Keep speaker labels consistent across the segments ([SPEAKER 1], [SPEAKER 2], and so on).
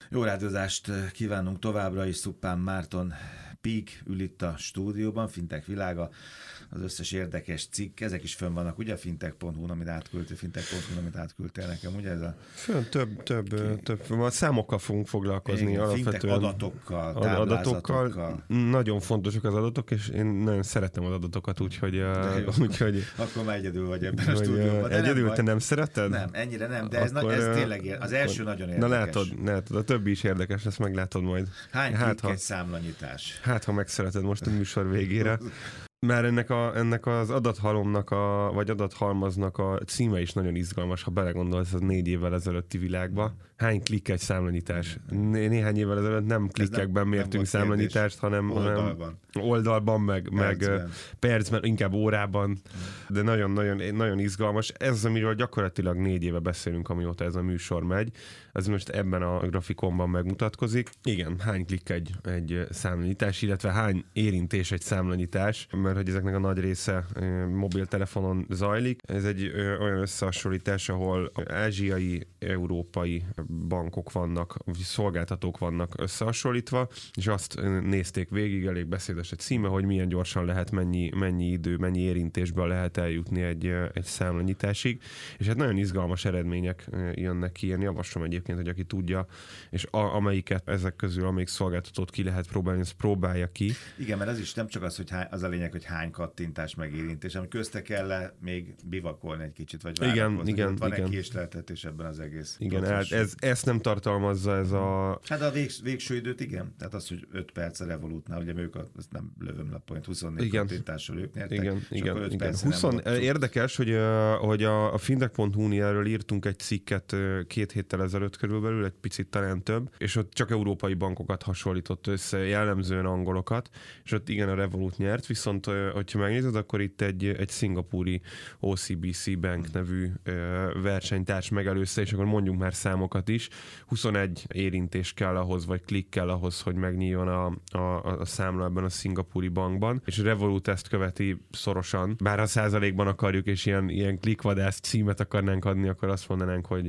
[SPEAKER 1] Jó rádiózást kívánunk továbbra is. Szuppán Márton Pík ül itt a stúdióban, Fintech Világa, az összes érdekes cikk, ezek is fönn vannak, ugye? Fintech.hu-n, amit átküldtél nekem, ugye ez a...
[SPEAKER 2] Fönn több. Számokkal fogunk foglalkozni.
[SPEAKER 1] Igen,
[SPEAKER 2] alapvetően.
[SPEAKER 1] Adatokkal, táblázatokkal.
[SPEAKER 2] Nagyon fontosak az adatok, és én nagyon szeretem az adatokat, úgyhogy...
[SPEAKER 1] Akkor már egyedül vagy ebben a stúdióban.
[SPEAKER 2] Egyedül te nem szereted?
[SPEAKER 1] Nem, ennyire nem, de ez tényleg az első nagyon érdekes.
[SPEAKER 2] Na látod, a többi is érdekes, ezt meglátod majd.
[SPEAKER 1] Hány klikk egy számlanyítás?
[SPEAKER 2] Hát, ha megszereted most a műsor végére. Mert ennek az adathalomnak, vagy adathalmaznak a címe is nagyon izgalmas, ha belegondolsz az 4 évvel ezelőtti világba. Hány klikk egy számlanyítás? Néhány évvel ezelőtt nem klikkekben mértünk számlanyítást, hanem oldalban, meg percben, inkább órában. De nagyon izgalmas. Ez az, amiről gyakorlatilag 4 éve beszélünk, amióta ez a műsor megy. Ez most ebben a grafikonban megmutatkozik. Igen, hány klikk egy számlanyítás, illetve hány érintés egy számlanyítás, mert hogy ezeknek a nagy része mobiltelefonon zajlik. Ez egy olyan összehasonlítás, ahol ázsiai, európai bankok vannak, vagy szolgáltatók vannak összehasonlítva, és azt nézték végig, elég beszédes a címe, hogy milyen gyorsan lehet, mennyi idő, mennyi érintésből lehet eljutni egy számlanyításig, és hát nagyon izgalmas eredmények jönnek ki. Én javaslom egyébként, hogy aki tudja, és amelyiket ezek közül, amelyik szolgáltatót ki lehet próbálni, azt próbálja ki.
[SPEAKER 1] Igen, mert az is nem csak az, hogy az a lényeg, hogy hány kattintás megérintés, hanem közte kell még bivakolni egy kicsit, vagy várakozni. Igen. Van-e késleltetés ebben az egész?
[SPEAKER 2] Igen, ezt nem tartalmazza ez a...
[SPEAKER 1] Hát a végső időt igen, tehát az, hogy 5 perc a Revolutnál, ugye ők azt nem lövöm le point, 24 kattintással ők nyertek,
[SPEAKER 2] igen. Érdekes, hogy a Fintech.hu-n erről írtunk egy cikket 2 héttel ezelőtt körülbelül, egy picit talán több, és ott csak európai bankokat hasonlított össze, jellemzően angolokat, és ott igen, a Revolut nyert, viszont hogyha megnézed, akkor itt egy szingapúri OCBC Bank nevű versenytárs megelőzte, és akkor mondjunk már számokat is. 21 érintés kell ahhoz, vagy klikk kell ahhoz, hogy megnyíljon a számla ebben a szingapúri bankban, és a Revolut ezt követi szorosan. Bár ha százalékban akarjuk, és ilyen klikkvadász címet akarnánk adni, akkor azt mondanánk, hogy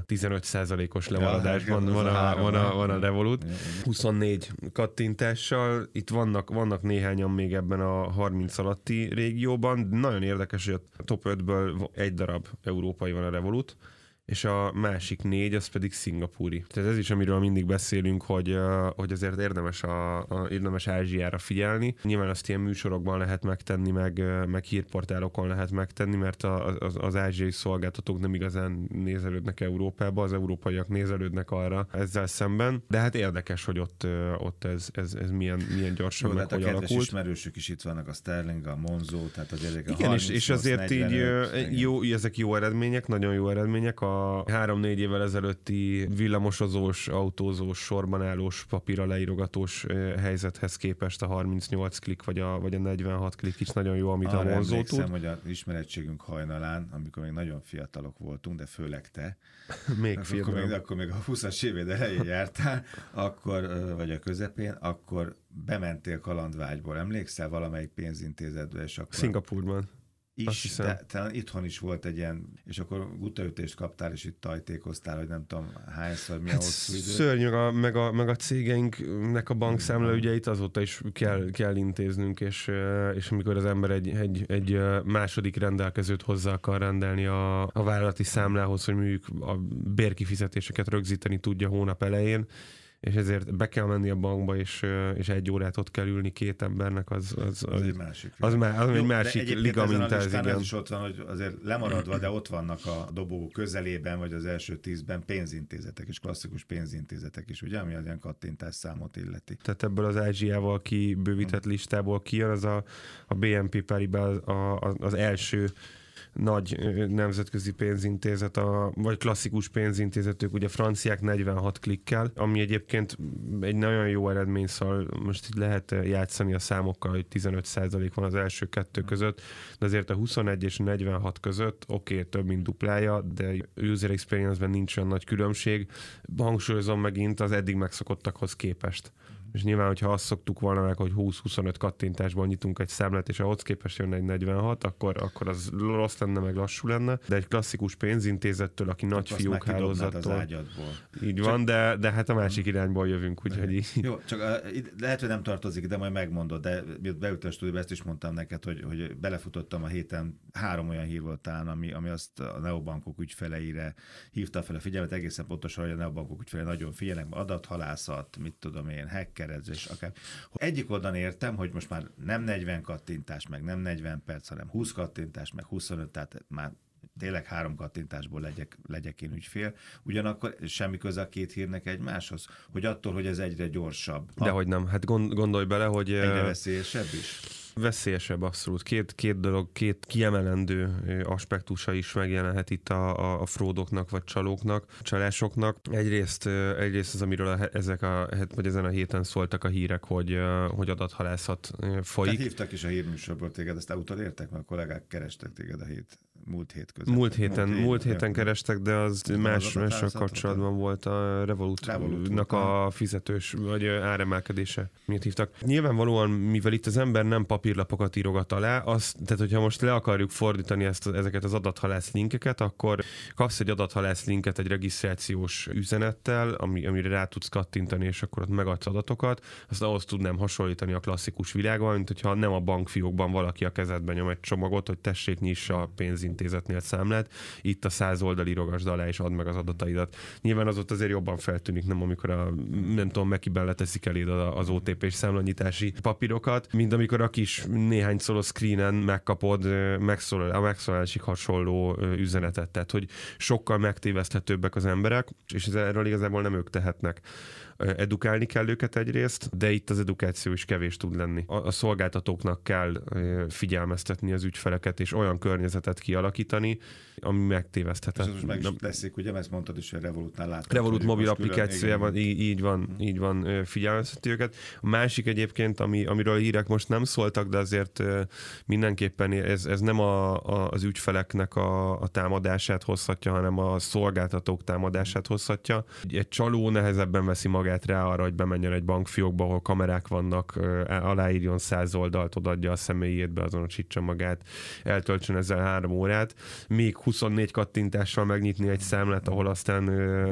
[SPEAKER 2] 15%-os lemaradásban van a Revolut. 24 kattintással, itt vannak néhányan még ebben a 30 alatti régióban. Nagyon érdekes, hogy a top 5-ből egy darab európai van a Revolut, és a másik 4, az pedig szingapúri. Tehát ez is, amiről mindig beszélünk, hogy azért érdemes Ázsiára figyelni. Nyilván azt ilyen műsorokban lehet megtenni, meg hírportálokon lehet megtenni, mert az ázsiai szolgáltatók nem igazán nézelődnek Európába, az európaiak nézelődnek arra ezzel szemben. De hát érdekes, hogy ott ez milyen gyorsan meg hogy alakult. A
[SPEAKER 1] ismerősök is itt vannak, a Sterling, a Monzo, tehát az ezek a
[SPEAKER 2] igen, 30, és azért 45, így ezek jó eredmények, nagyon jó eredmények. A 3-4 évvel ezelőtti villamosozós, autózós, sorban állós, papírra leírogatós helyzethez képest a 38 klikk vagy a 46 klikk is nagyon jó, amit a Monzo tud.
[SPEAKER 1] Emlékszem, hogy az ismeretségünk hajnalán, amikor még nagyon fiatalok voltunk, de főleg te, akkor még a 20-as évéd elején jártál, vagy a közepén, akkor bementél kalandvágyból. Emlékszel valamelyik pénzintézetbe? És akkor...
[SPEAKER 2] Szingapúrban.
[SPEAKER 1] Is, talán itthon is volt egy ilyen, és akkor gutaütést kaptál, és itt tajtékoztál, hogy nem tudom hányszor, milyen hosszú idő.
[SPEAKER 2] Szörnyű, meg a cégeinknek a bankszámlaügyeit azóta is kell intéznünk, és amikor az ember egy második rendelkezőt hozzá akar rendelni a vállalati számlához, hogy mondjuk a bérkifizetéseket rögzíteni tudja hónap elején, és ezért be kell menni a bankba, és 1 órát ott kell ülni 2 embernek, az
[SPEAKER 1] egy másik.
[SPEAKER 2] Az egy másik liga, mint ez, igen.
[SPEAKER 1] Ez is ott van, hogy azért lemaradva, de ott vannak a dobogó közelében, vagy az első 10-ben pénzintézetek, és klasszikus pénzintézetek is, ugye, ami az ilyen kattintás számot illeti.
[SPEAKER 2] Tehát ebből az Ázsiával kibővített listából kijön, az a BNP Paribas az első nagy nemzetközi pénzintézet, vagy klasszikus pénzintézetük, ugye franciák 46 klikkel, ami egyébként egy nagyon jó eredmény, szóval most itt lehet játszani a számokkal, hogy 15% van az első 2 között, de azért a 21 és 46 között több mint duplája, de user experience-ben nincs olyan nagy különbség. Hangsúlyozom megint az eddig megszokottakhoz képest. És nyilván, hogyha azt szoktuk volna meg, hogy 20-25 kattintásból nyitunk egy számlát, és ahhoz képest jön egy 46, akkor az rossz lenne, meg lassú lenne. De egy klasszikus pénzintézettől, aki nagy fiók hálózattól. Így van, de hát a másik irányból jövünk, úgyhogy
[SPEAKER 1] Jó, csak lehet, hogy nem tartozik, de majd megmondod, de beüttem a stúdióba, ezt is mondtam neked, hogy belefutottam a héten, 3 olyan hír volt talán, ami azt a neobankok ügyfeleire hívta fel a figyelmet, egészen pontosan, hogy a neobankok ügyfelei nagyon figyelnek, adathalászat, mit tudom én, hackerezés, akár. Egyik oldalon értem, hogy most már nem 40 kattintás, meg nem 40 perc, hanem 20 kattintás, meg 25, tehát már tényleg 3 kattintásból legyek én ügyfél. Ugyanakkor semmi köze a két hírnek egymáshoz, hogy attól, hogy ez egyre gyorsabb.
[SPEAKER 2] Dehogy nem. Hát gondolj bele, hogy...
[SPEAKER 1] Egyre veszélyesebb is?
[SPEAKER 2] Veszélyesebb, abszolút. Két dolog, két kiemelendő aspektusa is megjelenhet itt a fraudoknak, vagy csalásoknak. Egyrészt az, amiről ezen a héten szóltak a hírek, hogy adathalászat folyik.
[SPEAKER 1] Tehát hívtak is a hírműsorból téged, ezt utolértek, mert a kollégák kerestek téged múlt hét között.
[SPEAKER 2] Múlt héten kerestek, de az mással kapcsolatban volt a Revolutnak a fizetős vagy áremelkedése. Miért hívtak? Nyilvánvalóan, mivel itt az ember nem papírlapokat írogat alá, tehát hogyha most le akarjuk fordítani ezeket az adathalász linkeket, akkor kapsz egy adathalász linket egy regisztrációs üzenettel, amire rá tudsz kattintani, és akkor ott megadsz adatokat. Azt ahhoz tudnám hasonlítani a klasszikus világban, mint hogyha nem a bankfiókban valaki a kezedben nyom egy csomagot, hogy tessék, nyiss a pénzintézetnél számlát, itt a 100 oldal írogasd alá, és add meg az adataidat. Nyilván az ott azért jobban feltűnik, nem amikor nem tudom, Mekiben leteszik eléd az OTP-s számlanyitási papírokat, mint amikor a kis néhány szóló screenen megkapod a megszólalásig hasonló üzenetet. Tehát, hogy sokkal megtéveszthetőbbek az emberek, és erről igazából nem ők tehetnek. Edukálni kell őket egyrészt, de itt az edukáció is kevés tud lenni. A szolgáltatóknak kell figyelmeztetni az ügyfeleket, és olyan környezetet kialakítani, ami megtéveszthetett.
[SPEAKER 1] És most meg is teszik, ugye, ezt mondtad is, hogy Revolutnál látod.
[SPEAKER 2] Revolut mobil applikációjában így van, figyelmezteti őket. A másik egyébként, amiről a hírek most nem szóltak, de azért mindenképpen ez nem az ügyfeleknek a támadását hozhatja, hanem a szolgáltatók támadását hozhatja. Egy csaló nehezebben veszi magát rá arra, hogy bemenjen egy bankfiókba, ahol kamerák vannak, aláírjon 100 oldalt, odaadja a személyét, beazonosítsa magát, eltöltsön ezzel 3 órát, még 24 kattintással megnyitni egy számlát, ahol aztán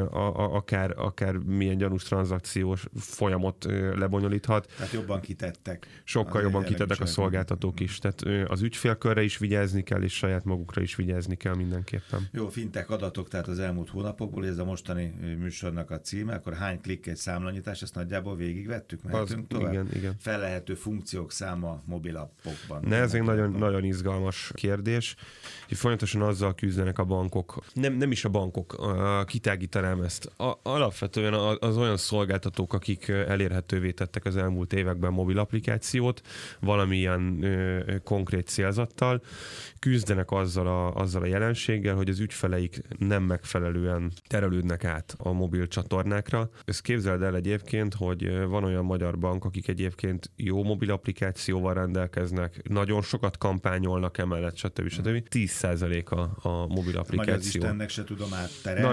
[SPEAKER 2] akár milyen gyanús tranzakciós folyamot lebonyolíthat.
[SPEAKER 1] Tehát jobban kitettek.
[SPEAKER 2] Sokkal jobban kitettek a szolgáltatók is. Tehát az ügyfélkörre is vigyázni kell, és saját magukra is vigyázni kell mindenképpen.
[SPEAKER 1] Jó, fintech adatok, tehát az elmúlt hónapokból, ez a mostani műsornak a címe, akkor hány klikk egy számlanyítás, ezt nagyjából végigvettük, mehetünk tovább.
[SPEAKER 2] Igen.
[SPEAKER 1] Fellehető funkciók száma mobilappokban.
[SPEAKER 2] Ez egy nagyon izgalmas kérdés. Folyamatosan azzal küzdenek a bankok. Nem is a bankok, kitágítanám ezt. Alapvetően az olyan szolgáltatók, akik elérhetővé tettek az elmúlt években mobil applikációt, valamilyen konkrét célzattal, küzdenek azzal a jelenséggel, hogy az ügyfeleik nem megfelelően terelődnek át a mobil csatornákra. Ezt képzeld el egyébként, hogy van olyan magyar bank, akik egyébként jó mobil applikációval rendelkeznek, nagyon sokat kampányolnak emellett, stb. 10% a mobil applikáció.
[SPEAKER 1] Az Istennek se tudom átterelni.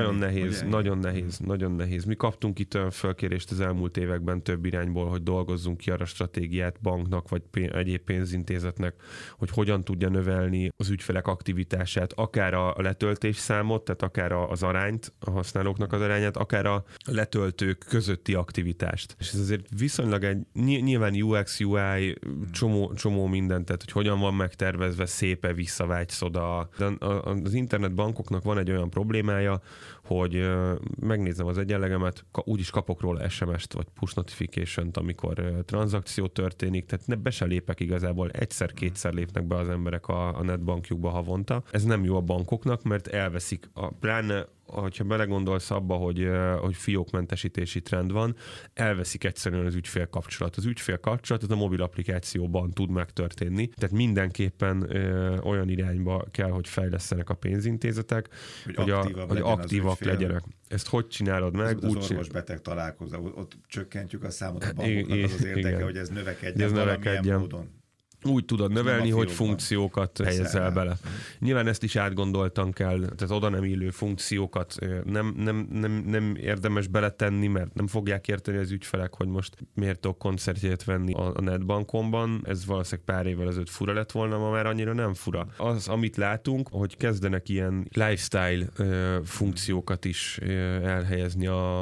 [SPEAKER 2] Nagyon nehéz. Mi kaptunk itt olyan fölkérést az elmúlt években több irányból, hogy dolgozzunk ki arra stratégiát banknak, vagy egyéb pénzintézetnek, hogy hogyan tudja növelni az ügyfelek aktivitását, akár a letöltés számot, tehát akár az arányt, a használóknak az arányát, akár a letöltők közötti aktivitást. És ez azért viszonylag nyilván UX, UI, csomó mindent, tehát hogy hogyan van megtervezve, szépen visszavágysz oda. De az internetbankoknak van egy olyan problémája, hogy megnézem az egyenlegemet, úgyis kapok róla SMS-t, vagy push notification-t, amikor tranzakció történik, tehát be se lépek igazából, egyszer-kétszer lépnek be az emberek a netbankjukba havonta. Ez nem jó a bankoknak, mert elveszik, pláne ha belegondolsz abba, hogy fiókmentesítési trend van, elveszik egyszerűen az ügyfélkapcsolat. Az ügyfélkapcsolatot a mobil applikációban tud megtörténni, tehát mindenképpen olyan irányba kell, hogy fejlesztenek a pénzintézetek, hogy aktívak legyenek. Ezt hogy csinálod meg?
[SPEAKER 1] Az orvos-beteg találkozó, ott csökkentjük a számot, a bankoknak az érdeke, hogy ez növekedjen valamilyen módon.
[SPEAKER 2] úgy tudod növelni, hogy funkciókat helyezel bele. Nyilván ezt is átgondoltan kell, tehát oda nem illő funkciókat nem érdemes beletenni, mert nem fogják érteni az ügyfelek, hogy most miért tudok koncertjét venni a netbankomban. Ez valószínűleg pár évvel ezelőtt fura lett volna, ma már annyira nem fura. Az, amit látunk, hogy kezdenek ilyen lifestyle funkciókat is elhelyezni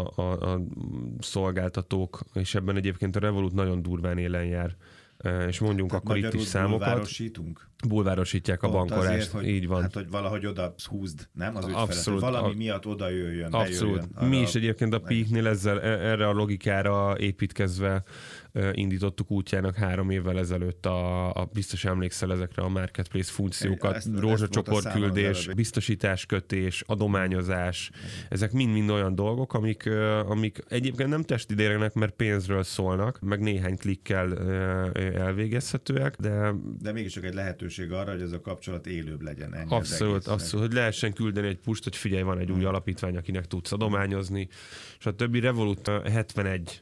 [SPEAKER 2] a szolgáltatók, és ebben egyébként a Revolut nagyon durván élen jár. És mondjunk tehát akkor itt is számokat. Bulvárosítják a bankolást,
[SPEAKER 1] azért,
[SPEAKER 2] így van.
[SPEAKER 1] Hát, hogy valahogy oda húzd, nem? Az ügyfelet, abszolút, hogy valami miatt oda jöjjön,
[SPEAKER 2] abszolút. Mi is egyébként a Peaknél ezzel, erre a logikára építkezve indítottuk útjának 3 évvel ezelőtt biztos emlékszel ezekre a marketplace funkciókat, rózsacsoportküldés, biztosításkötés, adományozás, ezek mind-mind olyan dolgok, amik egyébként nem testidérnek, mert pénzről szólnak, meg néhány klikkel elvégezhetőek, de mégis csak egy lehetőség arra, hogy ez a kapcsolat élőbb legyen. Abszolút, hogy lehessen küldeni egy pusht, hogy figyelj, van egy új alapítvány, akinek tudsz adományozni, és a többi Revolut 71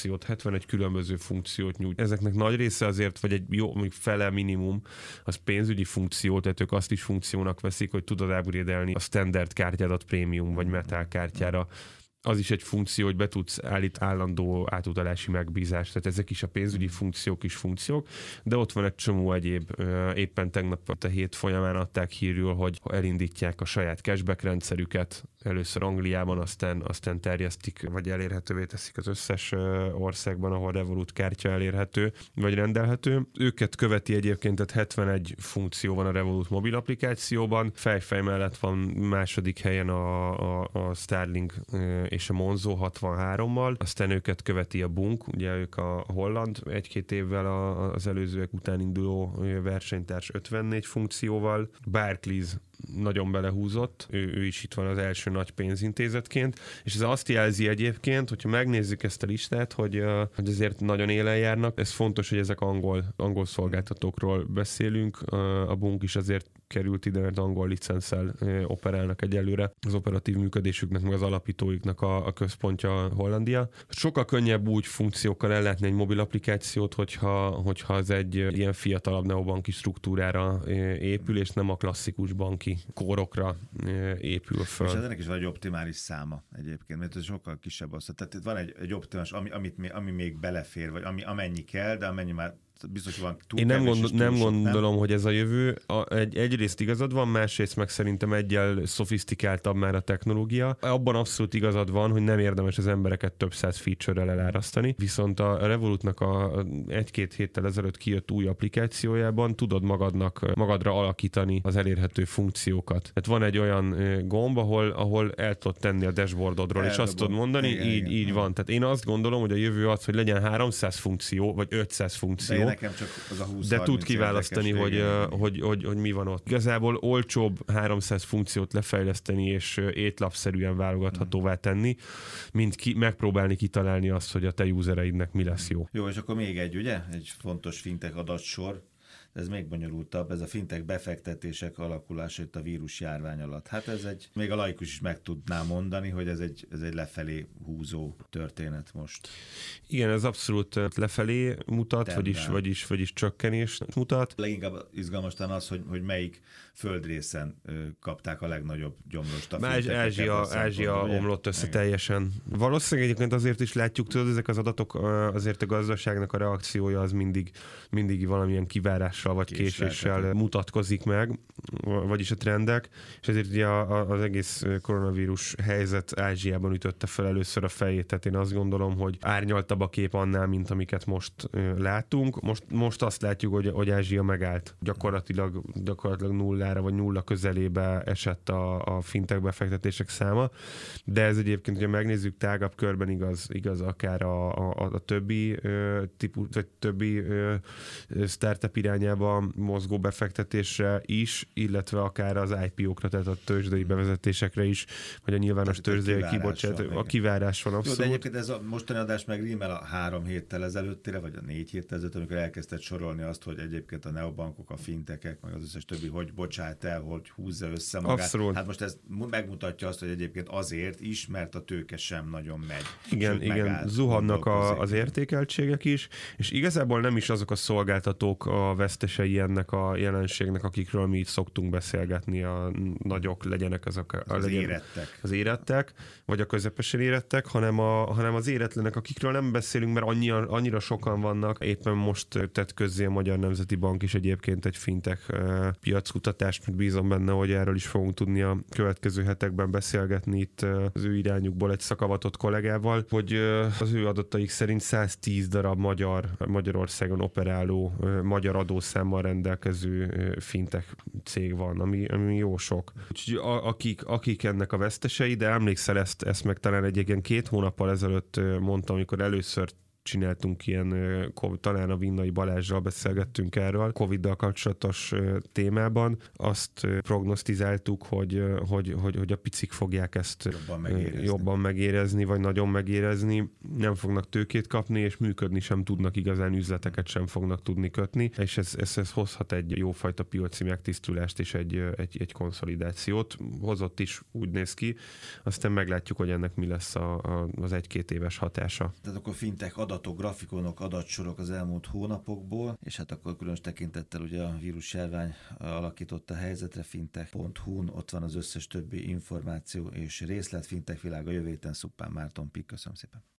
[SPEAKER 2] különböző funkciót nyújt. Ezeknek nagy része azért, vagy egy jó, még fele minimum, az pénzügyi funkció, tehát ők azt is funkciónak veszik, hogy tudod upgrade-elni a standard kártyádat prémium vagy metal kártyára. Az is egy funkció, hogy be tudsz állandó átutalási megbízást, tehát ezek is a pénzügyi funkciók, de ott van egy csomó egyéb, éppen tegnap a hét folyamán adták hírül, hogy elindítják a saját cashback rendszerüket, először Angliában, aztán terjesztik, vagy elérhetővé teszik az összes országban, ahol Revolut kártya elérhető, vagy rendelhető. Őket követi egyébként, tehát 71 funkció van a Revolut mobil applikációban, fejfej mellett van második helyen a Starlink és a Monzo 63-mal, aztán őket követi a Bunk, ugye ők a holland 1-2 évvel az előzőek után induló versenytárs 54 funkcióval, Barclays nagyon belehúzott, ő is itt van az első nagy pénzintézetként, és ez azt jelzi egyébként, hogyha megnézzük ezt a listát, hogy azért nagyon élen járnak, ez fontos, hogy ezek angol szolgáltatókról beszélünk, a Bunk is azért került ide, mert angol licenszel operálnak egyelőre. Az operatív működésüknek, meg az alapítóiknak a központja Hollandia. Sokkal könnyebb úgy funkciókkal ellátni egy mobil applikációt, hogyha az egy ilyen fiatalabb neobanki struktúrára épül, és nem a klasszikus banki kórokra épül föl.
[SPEAKER 1] És ennek is van egy optimális száma egyébként, mert ez sokkal kisebb az. Tehát itt van egy optimális, ami még belefér, vagy amennyi kell, de amennyi már biztos van túl.
[SPEAKER 2] Én nem gondolom, hogy ez a jövő. Egyrészt igazad van, másrészt meg szerintem egyel szofisztikáltabb már a technológia. Abban abszolút igazad van, hogy nem érdemes az embereket több száz feature-rel elárasztani, viszont a Revolutnak a 1-2 héttel ezelőtt kijött új applikációjában tudod magadra alakítani az elérhető funkciókat. Tehát van egy olyan gomb, ahol el tudod tenni a dashboardodról, és azt tudod mondani, így van. Tehát én azt gondolom, hogy a jövő az, hogy legyen 300 funkció, vagy 500 funkció,
[SPEAKER 1] nekem csak az a 20-30
[SPEAKER 2] de tud kiválasztani, hogy mi van ott. Igazából olcsóbb 300 funkciót lefejleszteni és étlapszerűen válogathatóvá tenni, mint megpróbálni kitalálni azt, hogy a te usereidnek mi lesz jó.
[SPEAKER 1] Jó, és akkor még egy fontos fintech adatsor, ez még bonyolultabb, ez a fintech befektetések alakulása itt a vírus járvány alatt. Hát még a laikus is meg tudná mondani, hogy ez egy lefelé húzó történet most.
[SPEAKER 2] Igen, ez abszolút lefelé mutat, vagyis csökkenést mutat.
[SPEAKER 1] Leginkább izgalmas talán az, hogy melyik földrészen kapták a legnagyobb gyomrost.
[SPEAKER 2] Ázsia omlott össze teljesen. Valószínűleg egyébként azért is látjuk, tudod, ezek az adatok, azért a gazdaságnak a reakciója az mindig valamilyen kivárással vagy késéssel mutatkozik meg, vagyis a trendek, és ezért ugye az egész koronavírus helyzet Ázsiában ütötte fel először a fejét, tehát én azt gondolom, hogy árnyaltabb a kép annál, mint amiket most látunk. Most azt látjuk, hogy Ázsia megállt. Gyakorlatilag nullára vagy nulla közelébe esett a fintech befektetések száma, de ez egyébként, hogyha megnézzük tágabb körben igaz akár a többi típus, vagy többi startup irányában mozgó befektetésre is, illetve akár az IPO-kra, tehát a tőzsdei bevezetésekre is, vagy a nyilvános tőzsdei kibocsátásra. A kivárás van abszolút.
[SPEAKER 1] Jó, de egyébként ez a mostani adás meg rímel a 3 héttel ezelőttére, vagy a 4 héttel ezelőtt, amikor elkezdett sorolni azt, hogy egyébként a neobankok, a fintekek, meg az összes többi, hogy bocsát el, hogy húzza össze magát.
[SPEAKER 2] Abszolút.
[SPEAKER 1] Hát most ez megmutatja azt, hogy egyébként azért is, mert a tőke sem nagyon megy.
[SPEAKER 2] Igen, zuhannak az értékeltségek is, és igazából nem is azok a szolgáltatók vesztesei ennek a jelenségnek, akikről mi így szoktunk beszélgetni, a nagyok legyenek azok az érettek, vagy a közepesen érettek, hanem az éretlenek, akikről nem beszélünk, mert annyira sokan vannak. Éppen most tett közzé a Magyar Nemzeti Bank is egyébként egy fintech piackutatást, mert bízom benne, hogy erről is fogunk tudni a következő hetekben beszélgetni itt az ő irányukból egy szakavatott kollégával, hogy az ő adataik szerint 110 darab Magyarországon operáló, magyar adószámmal rendelkező fintech cég van, ami jó sok. Úgyhogy akik ennek a vesztesei, de emlékszel, ezt meg talán egy ilyen 2 hónappal ezelőtt mondtam, amikor először csináltunk ilyen, talán a Vinnai Balázsral beszélgettünk erről, Covid-dal kapcsolatos témában. Azt prognosztizáltuk, hogy a picik fogják ezt jobban megérezni, vagy nagyon megérezni. Nem fognak tőkét kapni, és működni sem tudnak igazán, üzleteket sem fognak tudni kötni, és ez hozhat egy jófajta piaci megtisztulást és egy konszolidációt. Hozott is, úgy néz ki. Aztán meglátjuk, hogy ennek mi lesz az 1-2 éves hatása.
[SPEAKER 1] Tehát akkor fintech adatok, grafikonok, adatsorok az elmúlt hónapokból, és hát akkor különös tekintettel ugye a vírusjárvány alakította a helyzetre, fintech.hu-n ott van az összes többi információ és részlet. Fintech világa jövő héten Szuppán Márton Pik. Köszönöm szépen.